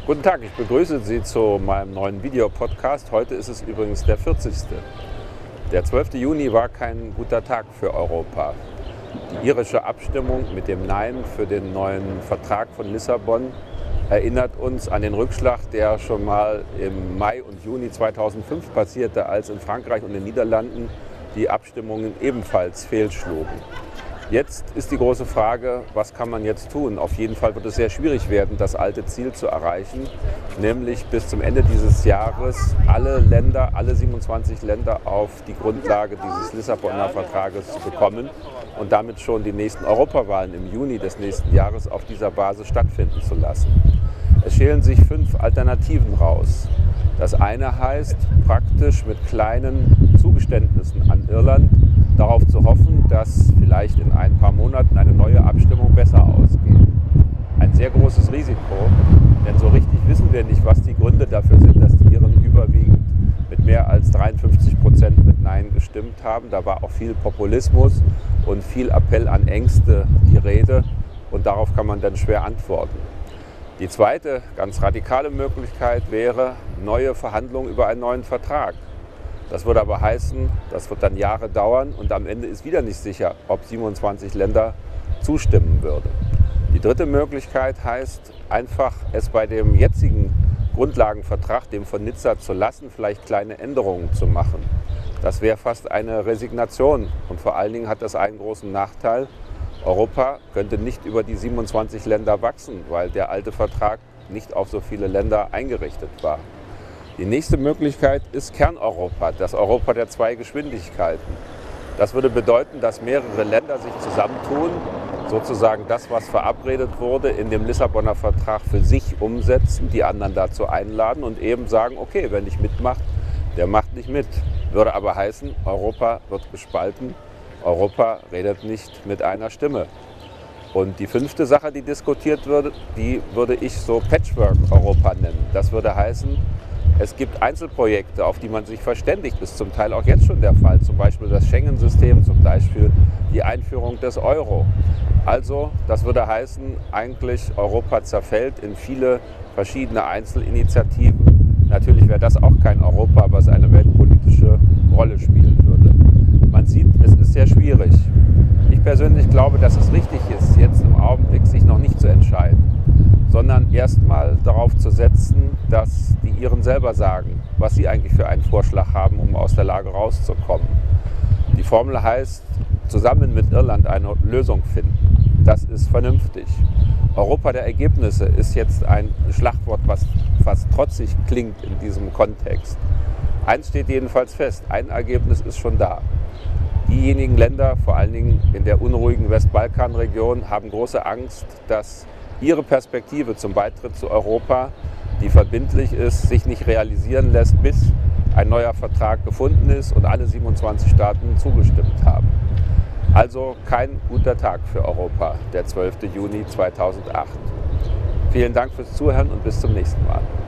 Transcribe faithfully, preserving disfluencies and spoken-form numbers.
Guten Tag, ich begrüße Sie zu meinem neuen Videopodcast. Heute ist es übrigens der vierzigste Der zwölfte Juni war kein guter Tag für Europa. Die irische Abstimmung mit dem Nein für den neuen Vertrag von Lissabon erinnert uns an den Rückschlag, der schon mal im Mai und Juni zweitausendfünf passierte, als in Frankreich und den Niederlanden die Abstimmungen ebenfalls fehlschlugen. Jetzt ist die große Frage, was kann man jetzt tun? Auf jeden Fall wird es sehr schwierig werden, das alte Ziel zu erreichen, nämlich bis zum Ende dieses Jahres alle Länder, alle siebenundzwanzig Länder auf die Grundlage dieses Lissabonner Vertrages zu bekommen und damit schon die nächsten Europawahlen im Juni des nächsten Jahres auf dieser Basis stattfinden zu lassen. Es schälen sich fünf Alternativen raus. Das eine heißt, praktisch mit kleinen Zugeständnissen an Irland darauf zu hoffen, dass vielleicht in ein paar Monaten eine neue Abstimmung besser ausgeht. Ein sehr großes Risiko, denn so richtig wissen wir nicht, was die Gründe dafür sind, dass die Iren überwiegend mit mehr als dreiundfünfzig Prozent mit Nein gestimmt haben. Da war auch viel Populismus und viel Appell an Ängste die Rede und darauf kann man dann schwer antworten. Die zweite, ganz radikale Möglichkeit wäre neue Verhandlungen über einen neuen Vertrag. Das würde aber heißen, das wird dann Jahre dauern und am Ende ist wieder nicht sicher, ob siebenundzwanzig Länder zustimmen würden. Die dritte Möglichkeit heißt, einfach es bei dem jetzigen Grundlagenvertrag, dem von Nizza, zu lassen, vielleicht kleine Änderungen zu machen. Das wäre fast eine Resignation und vor allen Dingen hat das einen großen Nachteil. Europa könnte nicht über die siebenundzwanzig Länder wachsen, weil der alte Vertrag nicht auf so viele Länder eingerichtet war. Die nächste Möglichkeit ist Kerneuropa, das Europa der zwei Geschwindigkeiten. Das würde bedeuten, dass mehrere Länder sich zusammentun, sozusagen das, was verabredet wurde, in dem Lissabonner Vertrag für sich umsetzen, die anderen dazu einladen und eben sagen, okay, wer nicht mitmacht, der macht nicht mit. Würde aber heißen, Europa wird gespalten, Europa redet nicht mit einer Stimme. Und die fünfte Sache, die diskutiert würde, die würde ich so Patchwork-Europa nennen. Das würde heißen, es gibt Einzelprojekte, auf die man sich verständigt, ist zum Teil auch jetzt schon der Fall, zum Beispiel das Schengen-System, zum Beispiel die Einführung des Euro. Also, das würde heißen, eigentlich Europa zerfällt in viele verschiedene Einzelinitiativen. Natürlich wäre das auch kein Europa, was eine weltpolitische Rolle spielen würde. Man sieht, es ist sehr schwierig. Ich persönlich glaube, dass es richtig ist, jetzt im Augenblick sich noch nicht zu entscheiden, sondern erstmal darauf zu setzen, dass die Iren selber sagen, was sie eigentlich für einen Vorschlag haben, um aus der Lage rauszukommen. Die Formel heißt, zusammen mit Irland eine Lösung finden. Das ist vernünftig. Europa der Ergebnisse ist jetzt ein Schlagwort, was fast trotzig klingt in diesem Kontext. Eins steht jedenfalls fest, ein Ergebnis ist schon da. Diejenigen Länder, vor allen Dingen in der unruhigen Westbalkanregion, haben große Angst, dass ihre Perspektive zum Beitritt zu Europa, die verbindlich ist, sich nicht realisieren lässt, bis ein neuer Vertrag gefunden ist und alle siebenundzwanzig Staaten zugestimmt haben. Also kein guter Tag für Europa, der zwölfte Juni zweitausendacht. Vielen Dank fürs Zuhören und bis zum nächsten Mal.